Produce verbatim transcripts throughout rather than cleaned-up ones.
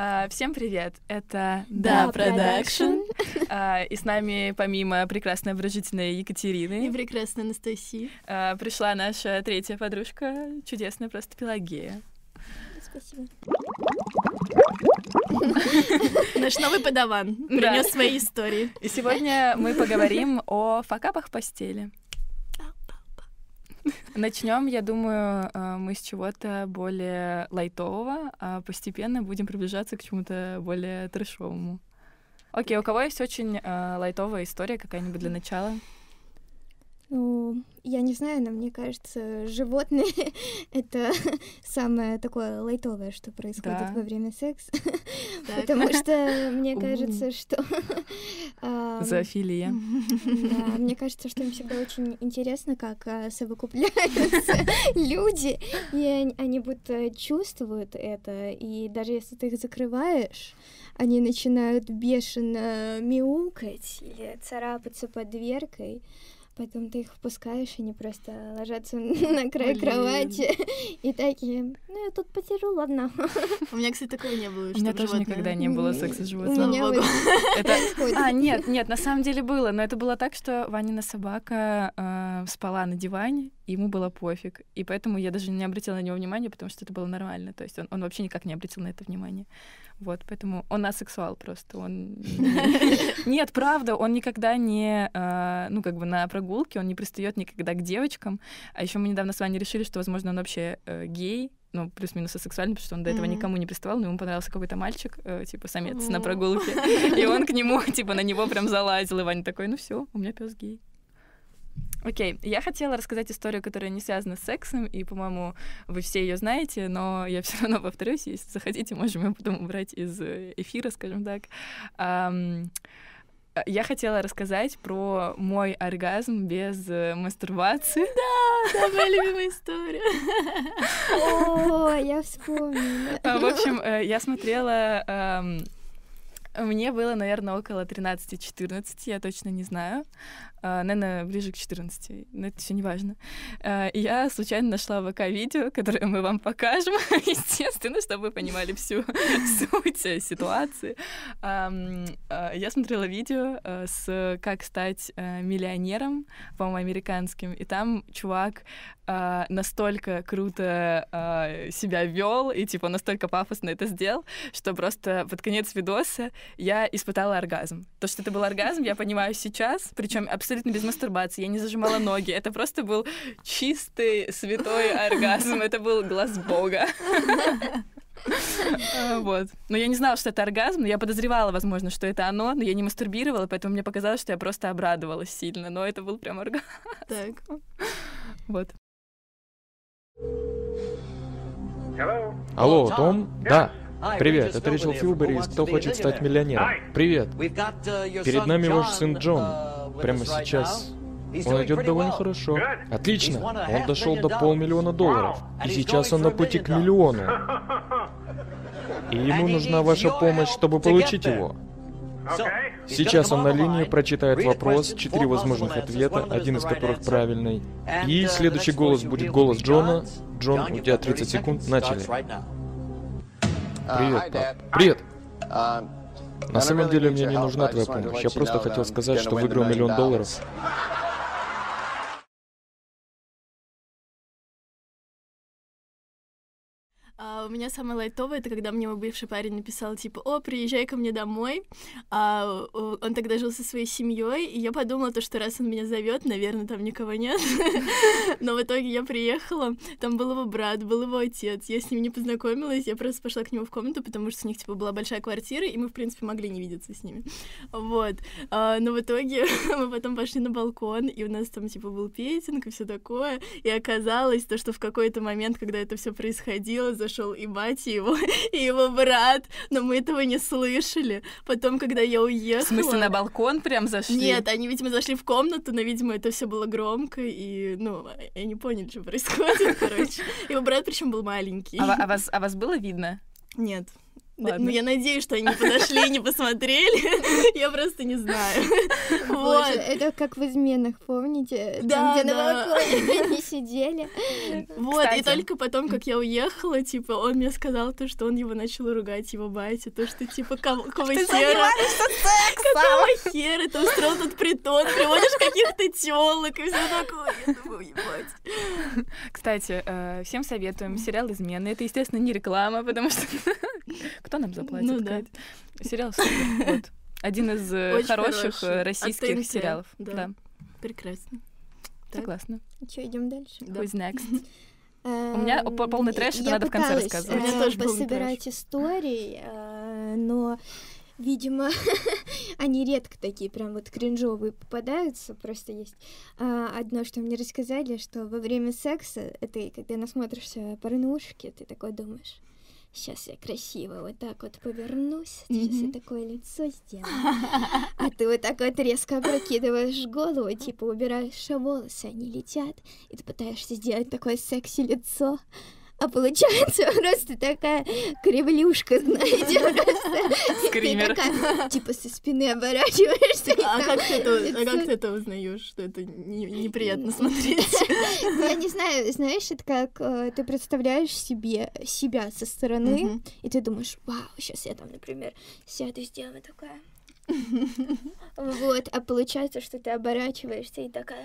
Uh, всем привет, это Да, Продакшн. Uh, и с нами, помимо прекрасной обворожительной Екатерины и прекрасной Анастасии, uh, пришла наша третья подружка, чудесная просто Пелагея. Спасибо. Наш новый подаван принес свои истории. И сегодня мы поговорим о факапах в постели. Начнем, я думаю, мы с чего-то более лайтового, а постепенно будем приближаться к чему-то более трэшовому. Окей, у кого есть очень э, лайтовая история какая-нибудь для начала? Ну, я не знаю, но мне кажется, животные — это самое такое лайтовое, что происходит Да. во время секса. Потому что мне кажется, что... Зоофилия. Да, мне кажется, что им всегда очень интересно, как совокупляются люди, и они будто чувствуют это, и даже если ты их закрываешь, они начинают бешено мяукать или царапаться под дверкой. Потом ты их впускаешь, они просто ложатся на край Блин. кровати и такие, ну, я тут посижу, ладно. У меня, кстати, такого не было. У меня тоже никогда не было секса с животным. У меня вот это... А, нет, нет, на самом деле было, но это было так, что Ванина собака э, спала на диване, и ему было пофиг, и поэтому я даже не обратила на него внимания, потому что это было нормально, то есть он, он вообще никак не обратил на это внимание. Вот, поэтому он асексуал просто, он... Нет, правда, он никогда не, ну, как бы на прогулке, он не пристает никогда к девочкам, а еще мы недавно с Ваней решили, что, возможно, он вообще гей, ну, плюс-минус асексуальный, потому что он до этого никому не приставал, но ему понравился какой-то мальчик, типа, самец на прогулке, и он к нему, типа, на него прям залазил, и Ваня такой, ну все, у меня пес гей. Окей, okay. Я хотела рассказать историю, которая не связана с сексом, и, по-моему, вы все ее знаете, но я все равно повторюсь, если захотите, можем ее потом убрать из эфира, скажем так. Um, я хотела рассказать про мой оргазм без мастурбации. Да, да, моя любимая история. О, я вспомнила. В общем, я смотрела... Мне было, наверное, около тринадцати-четырнадцати, я точно не знаю. Uh, наверное, ближе к четырнадцати, но это все не важно. Uh, и я случайно нашла ВК-видео, которое мы вам покажем, естественно, чтобы вы понимали всю суть ситуации. Um, uh, я смотрела видео uh, с «Как стать uh, миллионером», по-моему, американским, и там чувак uh, настолько круто uh, себя вел и типа настолько пафосно это сделал, что просто под конец видоса я испытала оргазм. То, что это был оргазм, я понимаю сейчас, причем абсолютно абсолютно без мастурбации, я не зажимала ноги. Это просто был чистый, святой оргазм. Это был глаз Бога. Вот. Но я не знала, что это оргазм, но я подозревала, возможно, что это оно, но я не мастурбировала, поэтому мне показалось, что я просто обрадовалась сильно. Но это был прям оргазм. Так. Вот. Алло, Том? Да. Привет, это Рэйчел Филбери из «Кто хочет стать миллионером». Привет. Перед нами ваш сын Джон. Прямо сейчас. Он идет довольно хорошо. Отлично. Он дошел до полмиллиона долларов. И сейчас он на пути к миллиону. И ему нужна ваша помощь, чтобы получить его. Сейчас он на линии прочитает вопрос, четыре возможных ответа, один из которых правильный. И следующий голос будет голос Джона. Джон, у тебя тридцать секунд. Начали. Привет, пап. Привет. На самом деле мне не нужна твоя помощь. Я просто хотел сказать, что выиграл миллион долларов. А у меня самое лайтовое, это когда мне мой бывший парень написал, типа, о, приезжай ко мне домой. А он тогда жил со своей семьей, и я подумала, то, что раз он меня зовет, наверное, там никого нет. Но в итоге я приехала, там был его брат, был его отец. Я с ним не познакомилась, я просто пошла к нему в комнату, потому что у них, типа, была большая квартира, и мы, в принципе, могли не видеться с ними. Вот. А, но в итоге мы потом пошли на балкон, и у нас там, типа, был петинг и все такое. И оказалось то, что в какой-то момент, когда это все происходило, зашел и батя его, и его брат, но мы этого не слышали. Потом, когда я уехала... В смысле, на балкон прям зашли? Нет, они, видимо, зашли в комнату, но, видимо, это все было громко, и, ну, я не поняли, что происходит, короче. Его брат, причем был маленький. А, а, вас, а вас было видно? Нет. Да, ну, я надеюсь, что они не подошли и не посмотрели. Я просто не знаю. Вот. Это как в «Изменах», помните? Да, Там, где да. на балконе они сидели. Вот, Кстати. и только потом, как я уехала, типа, он мне сказал то, что он его начал ругать, его батя, то, что, типа, кого какого хера... Какого хера ты устроил тут притон, приводишь каких-то тёлок и всё такое. Я думаю, ебать. Кстати, э, всем советуем сериал «Измены». Это, естественно, не реклама, потому что кто нам заплатит? Ну да. Кать? Сериал супер. Вот. Один из э, Очень хороших хороший. э, От российских ТНТ, сериалов. да. Да, Прекрасно. Так. согласна. Что, идем дальше? Да. Who's next? У меня меня по- полный трэш, это надо в конце рассказывать. У меня тоже полный пособирать истории, э, но, видимо, они редко такие прям вот кринжовые попадаются. Просто есть э, одно, что мне рассказали, что во время секса, это когда насмотришься порнушки, ты такой думаешь: сейчас я красиво вот так вот повернусь, сейчас я такое лицо сделаю. А ты вот так вот резко опрокидываешь голову, типа убираешь волосы, они летят, и ты пытаешься сделать такое секси-лицо. А получается просто такая кривлюшка, знаете, просто. Скример. Ты такая, типа, со спины оборачиваешься. и А там как ты это, а лицо. как ты это узнаешь, что это не- неприятно смотреть? Ну, я не знаю, знаешь, это как э, ты представляешь себе себя со стороны, Мгм. и ты думаешь: вау, сейчас я там, например, сяду и сделаю такая. Вот, а получается, что ты оборачиваешься и такая.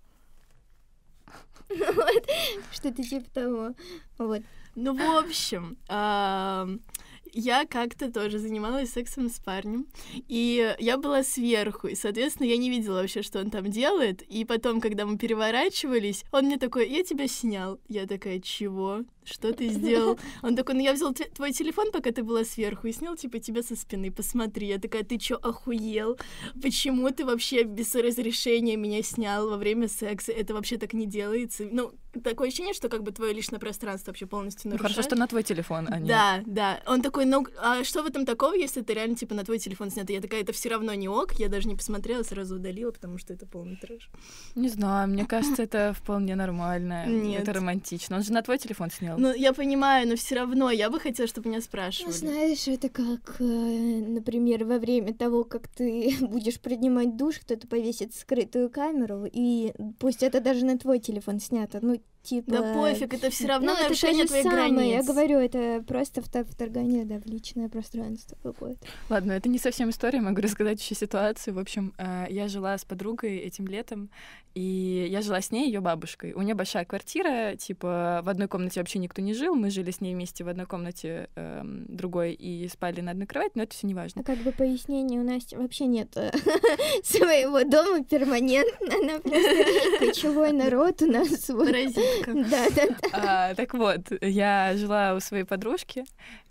Вот, что-то типа того. Вот. Ну, в общем, ам, я как-то тоже занималась сексом с парнем, и я была сверху, и, соответственно, я не видела вообще, что он там делает, и потом, когда мы переворачивались, он мне такой: я тебя снял. Я такая: чего? Что ты сделал? Он такой: ну, я взял те- твой телефон, пока ты была сверху, и снял, типа, тебя со спины, посмотри. Я такая: ты чё, охуел? Почему ты вообще без разрешения меня снял во время секса? Это вообще так не делается. Ну, такое ощущение, что как бы твое личное пространство вообще полностью Ну, нарушает. хорошо, что на твой телефон, а не... Да, да. Он такой: ну, а что в этом такого, если это реально, типа, на твой телефон снято? Я такая: это все равно не ок. Я даже не посмотрела, сразу удалила, потому что это полный трэш. Не знаю, мне кажется, это вполне нормально. Нет. Это романтично. Он же на твой телефон снял. Ну, я понимаю, но все равно я бы хотела, чтобы меня Ну, спрашивали. знаешь, это как, э, например, во время того, как ты будешь принимать душ, кто-то повесит скрытую камеру, и пусть это даже на твой телефон снято, ну, типа... Да пофиг, это все равно Ну, это то нарушение же твоих самое, границ. я говорю, это просто вта- вторгание, да, в личное пространство какое-то. Ладно, это не совсем история, могу рассказать еще ситуацию. В общем, э, я жила с подругой этим летом, и я жила с ней, ее бабушкой. У нее большая квартира, типа в одной комнате вообще никто не жил, мы жили с ней вместе в одной комнате, эм, другой, и спали на одной кровати, но это все не важно. А как бы пояснение, у Насти вообще нет э, своего дома перманентно, она просто кочевой народ у нас. вот. Паразитка. Да, да, да. А, так вот, я жила у своей подружки,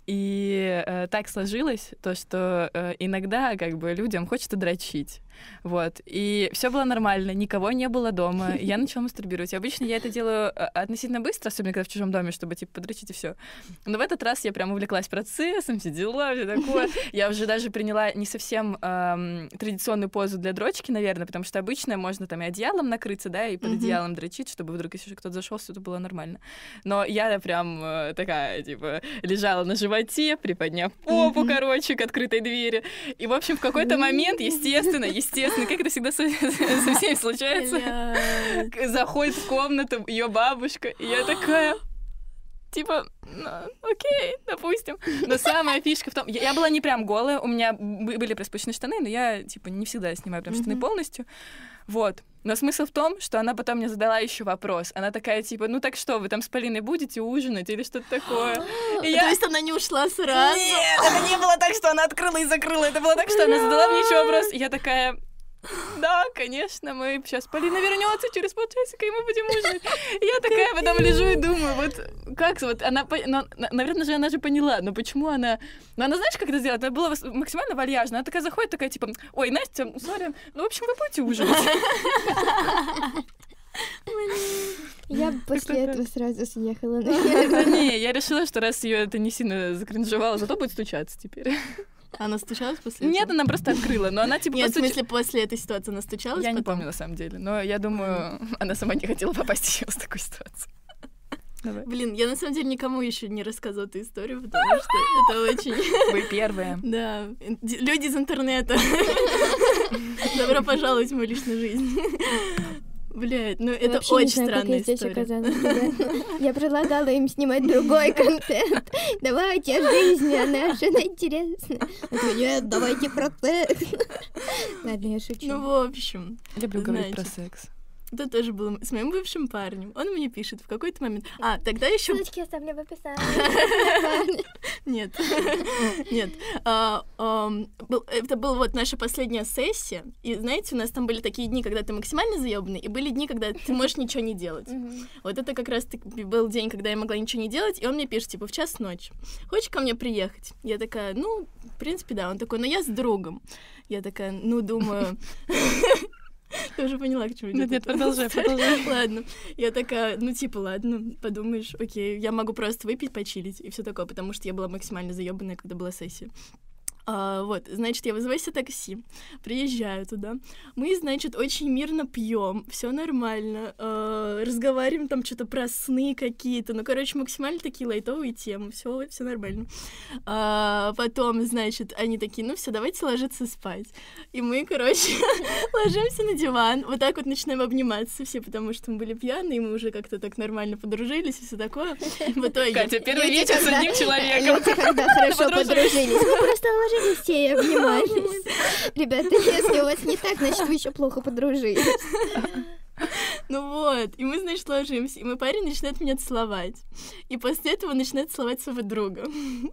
и э, так сложилось, то, что э, иногда как бы людям хочется дрочить. Вот. И все было нормально, никого не было дома. И я начала мастурбировать. И обычно я это делаю э, относительно быстро, особенно когда в чужом доме, чтобы типа подрочить и все. Но в этот раз я прям увлеклась процессом, все дела, все такое. Я уже даже приняла не совсем эм, традиционную позу для дрочки, наверное, потому что обычно можно там и одеялом накрыться, да, и под Мгм. одеялом дрочить, чтобы вдруг, если кто-то зашел, все это было нормально. Но я прям э, такая, типа, лежала на животе, приподняв попу, Мгм. короче, к открытой двери. И, в общем, в какой-то момент, естественно, естественно, как это всегда со, со всеми случается, Блядь. к- заходит в комнату ее бабушка, и я такая... Типа, ну, окей, допустим. Но самая фишка в том... Я, я была не прям голая, у меня бы- были приспущенные штаны, но я, типа, не всегда снимаю прям штаны Мгм. полностью. Вот. Но смысл в том, что она потом мне задала еще вопрос. Она такая, типа, ну так что, вы там с Полиной будете ужинать или что-то такое? И То есть она не ушла сразу? Нет, это не было так, что она открыла и закрыла. Это было так, что она задала мне еще вопрос. И я такая... Да, конечно, мы сейчас Полина вернется через полчасика, и мы будем ужинать. И я такая потом лежу и думаю, вот как вот она, по- ну, на- наверное же она же поняла, но почему она, ну она знаешь, как это сделать? Это было вос- максимально вальяжно. Она такая заходит, такая типа, ой, Настя, сори, ну в общем вы будете ужинать. Я бы после так. этого сразу съехала, наверное. Да не, я решила, что раз ее это не сильно закринжевало, зато будет стучаться теперь. Она стучалась после Нет, этого? она просто открыла, но она типа Нет, в постуч- смысле, после этой ситуации она стучалась Я не потом? помню, на самом деле, но я думаю, она сама не хотела попасть еще в такую ситуацию. Давай. Блин, я на самом деле никому еще не рассказывала эту историю, потому что это очень... Вы первые. Да, люди из интернета. Добро пожаловать в мою личную жизнь. Блядь, ну это очень странная история. Я предлагала им снимать другой контент. Давайте о жизни, о нашей, она интересная. Нет, давайте про секс. Ладно, я шучу. Ну, в общем. Люблю говорить про секс. Это тоже было с моим бывшим парнем. Он мне пишет в какой-то момент. А, тогда еще. Ссылочки оставлю в описании. Нет. Нет. Это была вот наша последняя сессия. И знаете, у нас там были такие дни, когда ты максимально заебанный, и были дни, когда ты можешь ничего не делать. Вот это как раз был день, когда я могла ничего не делать, и он мне пишет, типа, в час ночи. Хочешь ко мне приехать? Я такая, ну, в принципе, да. Он такой, ну, я с другом. Я такая, ну, думаю... Ты уже поняла, к чему идёт. Нет, нет, продолжай, продолжай. Ладно. Я такая, ну, типа, ладно, подумаешь, окей, я могу просто выпить, почилить и все такое, потому что я была максимально заёбанная, когда была сессия. А, вот, значит, я вызываю себе такси, приезжаю туда. Мы, значит, очень мирно пьем, все нормально, а, разговариваем там что-то про сны какие-то. Ну, короче, максимально такие лайтовые темы, все, все нормально. А, потом, значит, они такие, ну все, давайте ложиться спать. И мы, короче, ложимся на диван, вот так вот начинаем обниматься все, потому что мы были пьяные, и мы уже как-то так нормально подружились и все такое. В итоге... Катя, первый вечер с одним человеком. Люди, когда хорошо подружились, мы просто ложились все и обнимались. Ребята, если у вас не так, значит, вы еще плохо подружились. Ну вот, и мы, значит, ложимся, и мой парень начинает меня целовать. И после этого начинает целовать своего друга.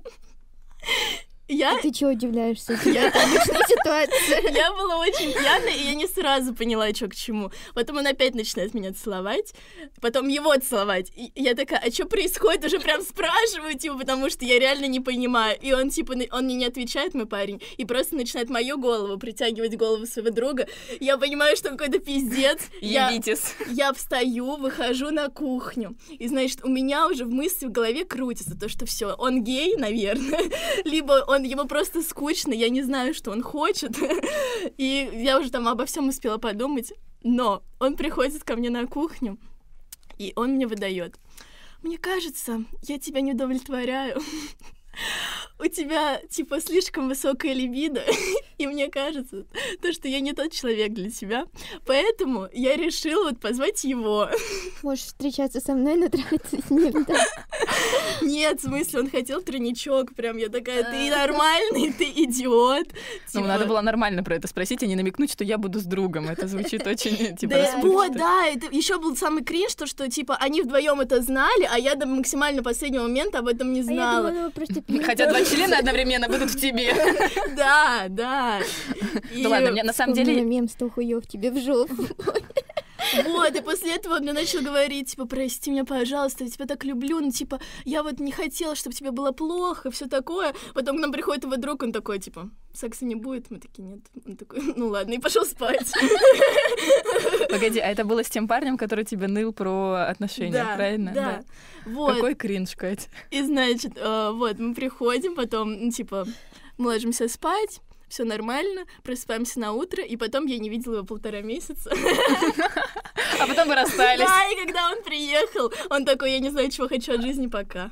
Я... А ты чего удивляешься? Я... Это обычная ситуация. Я была очень пьяная, и я не сразу поняла, что к чему. Потом он опять начинает меня целовать, потом его целовать. И я такая, а что происходит? Уже прям спрашиваю, типа, потому что я реально не понимаю. И он, типа, он мне не отвечает, мой парень, и просто начинает мою голову притягивать голову своего друга. Я понимаю, что какой-то пиздец. Ебитесь. Я, я встаю, выхожу на кухню, и, значит, у меня уже в мысли в голове крутится то, что все, он гей, наверное, либо он ему просто скучно, я не знаю, что он хочет, и я уже там обо всем успела подумать, но он приходит ко мне на кухню, и он мне выдает: мне кажется, я тебя не удовлетворяю. У тебя, типа, слишком высокая либидо, и мне кажется, то, что я не тот человек для тебя, поэтому я решила вот позвать его. Можешь встречаться со мной, но трахаться с ним, да? Нет, в смысле, он хотел тройничок, прям я такая, ты нормальный, ты идиот. Ну, надо было нормально про это спросить, а не намекнуть, что я буду с другом, это звучит очень, типа, да, вот, да, это еще был самый кринж, то, что, типа, они вдвоем это знали, а я до максимально последнего момента об этом не знала. А я думала, просто... Хотя два члена одновременно будут в тебе. Да, да. Ну ладно, мне на самом деле... мем сто хуёв тебе в жопу. Вот, и после этого он мне начал говорить, типа, прости меня, пожалуйста, я тебя так люблю, ну, типа, я вот не хотела, чтобы тебе было плохо, все такое. Потом к нам приходит его друг, он такой, типа, секса не будет? Мы такие, нет. Он такой, ну ладно, и пошел спать. Погоди, а это было с тем парнем, который тебе ныл про отношения, да, правильно? Да, да. Вот. Какой кринж, Кать. И, значит, э, вот, мы приходим, потом, ну, типа, мы ложимся спать, все нормально, просыпаемся на утро, и потом я не видела его полтора месяца. А потом мы расстались. Да, и когда он приехал, он такой, я не знаю, чего хочу от жизни пока.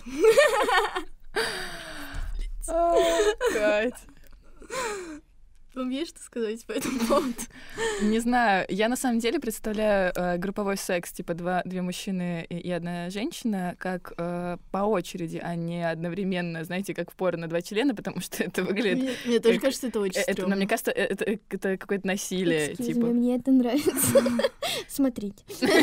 Кать. Вам есть что сказать по этому поводу? Не знаю. Я на самом деле представляю э, групповой секс, типа два, две мужчины и, и одна женщина, как э, по очереди, а не одновременно, знаете, как в порно два члена, потому что это выглядит... Мне, мне тоже как... кажется, это очень это, стрёмно. Но мне кажется, это, это, это какое-то насилие. Excuse типа. me, мне это нравится. Смотрите.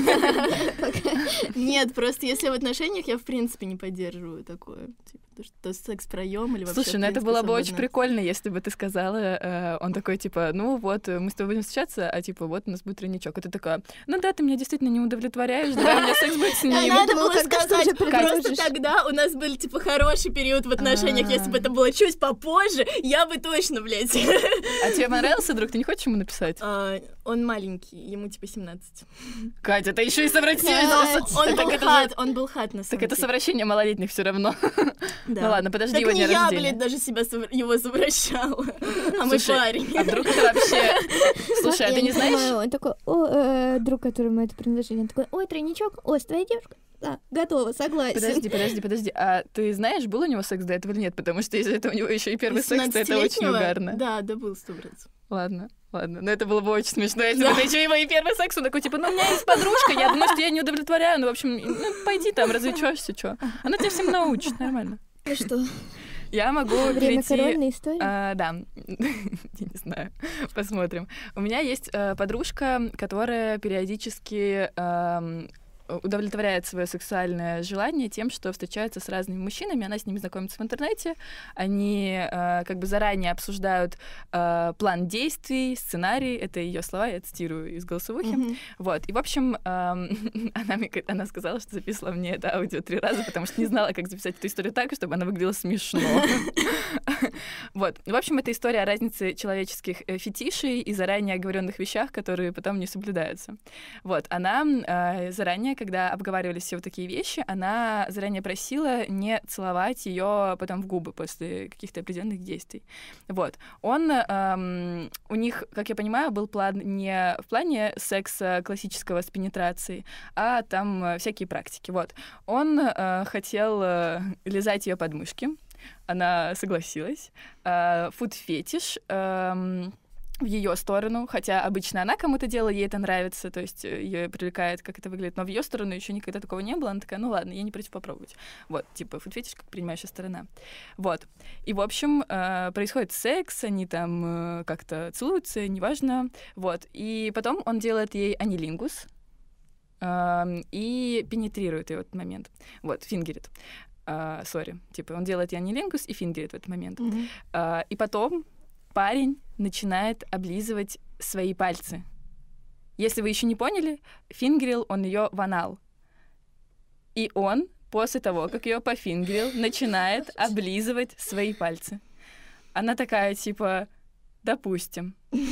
Нет, просто если в отношениях, я в принципе не поддерживаю такое. Типа, то секс-проем или вообще... Слушай, ну это было бы очень прикольно, если бы ты сказала, э, он такой, типа, ну вот, мы с тобой будем встречаться, а типа, вот у нас будет тройничок. И ты такая, ну да, ты меня действительно не удовлетворяешь, давай у меня секс будет с ним. Надо было сказать, просто тогда у нас был, типа, хороший период в отношениях, если бы это было чуть попозже, я бы точно, блядь. А тебе понравился друг? Ты не хочешь ему написать? Он маленький, ему типа семнадцать. Катя, это еще и совращение. Он был хат, он был хат на самом деле. Так это совращение малолетних все равно. Да. Ну ладно, подожди его день рождения. Так не я, блядь, даже себя сов... его совращала, а мой парень. А вдруг это вообще... Слушай, а ты не знаешь... Он такой, о, друг, которому это предложение, он такой, ой, тройничок, о, с твоей девушкой? Да, готово, согласен. Подожди, подожди, подожди. А ты знаешь, был у него секс до этого или нет? Потому что если это у него еще и первый секс, то это очень угарно. Да, да, был сто процентов. Ладно, ладно. Но это было бы очень смешно, если бы это еще и мой первый секс. Он такой, типа, ну, у меня есть подружка, я думаю, что я не удовлетворяю. Ну, в общем, ну, пойди там, развлечешься, что. Она тебя всем научит, нормально. Ну что? Я могу Время прийти... коронной истории? А, да, я не знаю, посмотрим. У меня есть э, подружка, которая периодически э, удовлетворяет свое сексуальное желание тем, что встречается с разными мужчинами, она с ними знакомится в интернете, они э, как бы заранее обсуждают э, план действий, сценарий, это ее слова, я цитирую из голосовухи, mm-hmm. вот, и, в общем, э, она, мне, она сказала, что записала мне это аудио три раза, потому что не знала, как записать эту историю так, чтобы она выглядела смешно. Вот, в общем, это история о разнице человеческих фетишей и заранее оговоренных вещах, которые потом не соблюдаются. Вот, она э, заранее, когда обговаривались все вот такие вещи, она заранее просила не целовать ее потом в губы после каких-то определенных действий. Вот. Он, эм, у них, как я понимаю, был план не в плане секса классического с пенетрацией, а там всякие практики. Вот. Он э, хотел э, лизать ее подмышки, она согласилась. Э, фуд-фетиш. Э, в ее сторону, хотя обычно она кому-то делала, ей это нравится, то есть ее привлекает, как это выглядит, но в ее сторону еще никогда такого не было, она такая, ну ладно, я не против попробовать. Вот, типа, фуд-фетиш как принимающая сторона. Вот. И, в общем, э, происходит секс, они там э, как-то целуются, неважно, вот. И потом он делает ей анилингус э, и пенетрирует ее в этот момент. Вот, фингерит. Сори, uh, типа, он делает ей анилингус и фингерит в этот момент. Mm-hmm. Uh, и потом парень начинает облизывать свои пальцы. Если вы еще не поняли, фингерил он ее в анал. И он, после того, как ее пофингерил, начинает облизывать свои пальцы. Она такая, типа, допустим.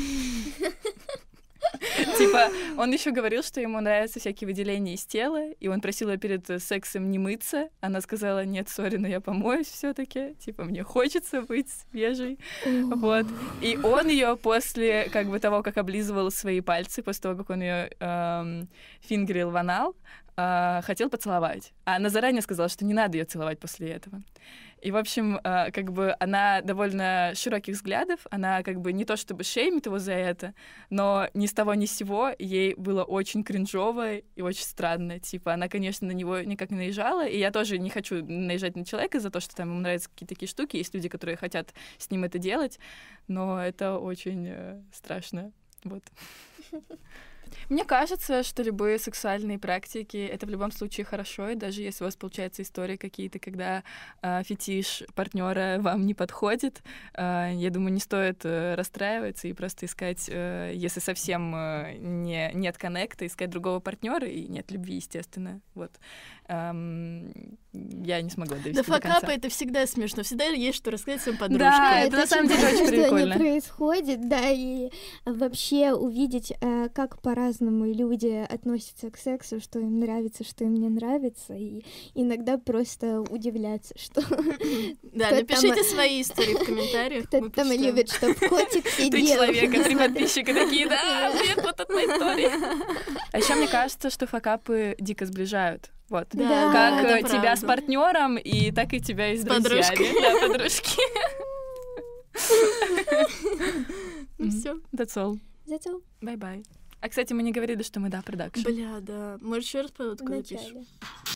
Типа, он еще говорил, что ему нравятся всякие выделения из тела, и он просил ее перед сексом не мыться. Она сказала, нет, сори, но я помоюсь все-таки. Типа, мне хочется быть свежей. Вот. И он ее после, как бы, того, как облизывал свои пальцы, после того, как он ее эм, фингерил в анал, э, хотел поцеловать. А она заранее сказала, что не надо ее целовать после этого. И, в общем, э, как бы она довольно широких взглядов, она как бы не то чтобы шеймит его за это, но ни с того ни с сего ей было очень кринжово и очень странно. Типа, она, конечно, на него никак не наезжала, и я тоже не хочу наезжать на человека за то, что там ему нравятся какие-то такие штуки. Есть люди, которые хотят с ним это делать, но это очень э, страшно. Вот. Мне кажется, что любые сексуальные практики — это в любом случае хорошо, и даже если у вас получаются истории какие-то, когда э, фетиш партнера вам не подходит, э, я думаю, не стоит э, расстраиваться и просто искать, э, если совсем э, не, нет коннекта, искать другого партнера, и нет любви, естественно. Вот. Эм, я не смогла довести да до конца. Да, факапы — это всегда смешно, всегда есть что рассказать своим подружкам. Да, это, это на самом деле очень прикольно. Что не происходит, да, и вообще увидеть, э, как по-разному люди относятся к сексу, что им нравится, что им не нравится, и иногда просто удивляться, что... Да, напишите свои истории в комментариях. Кто-то там любит, чтоб котик сидел. Три человека, три подписчика такие, да, нет, вот это моя история. А еще мне кажется, что факапы дико сближают. Вот. Да, как тебя правда. С партнером, и так и тебя и с, с друзьями. Да, подружки. Ну все. That's all. That's all. Bye-bye. А, кстати, мы не говорили, что мы да продакшн. Бля, да. Может, еще раз по запишем?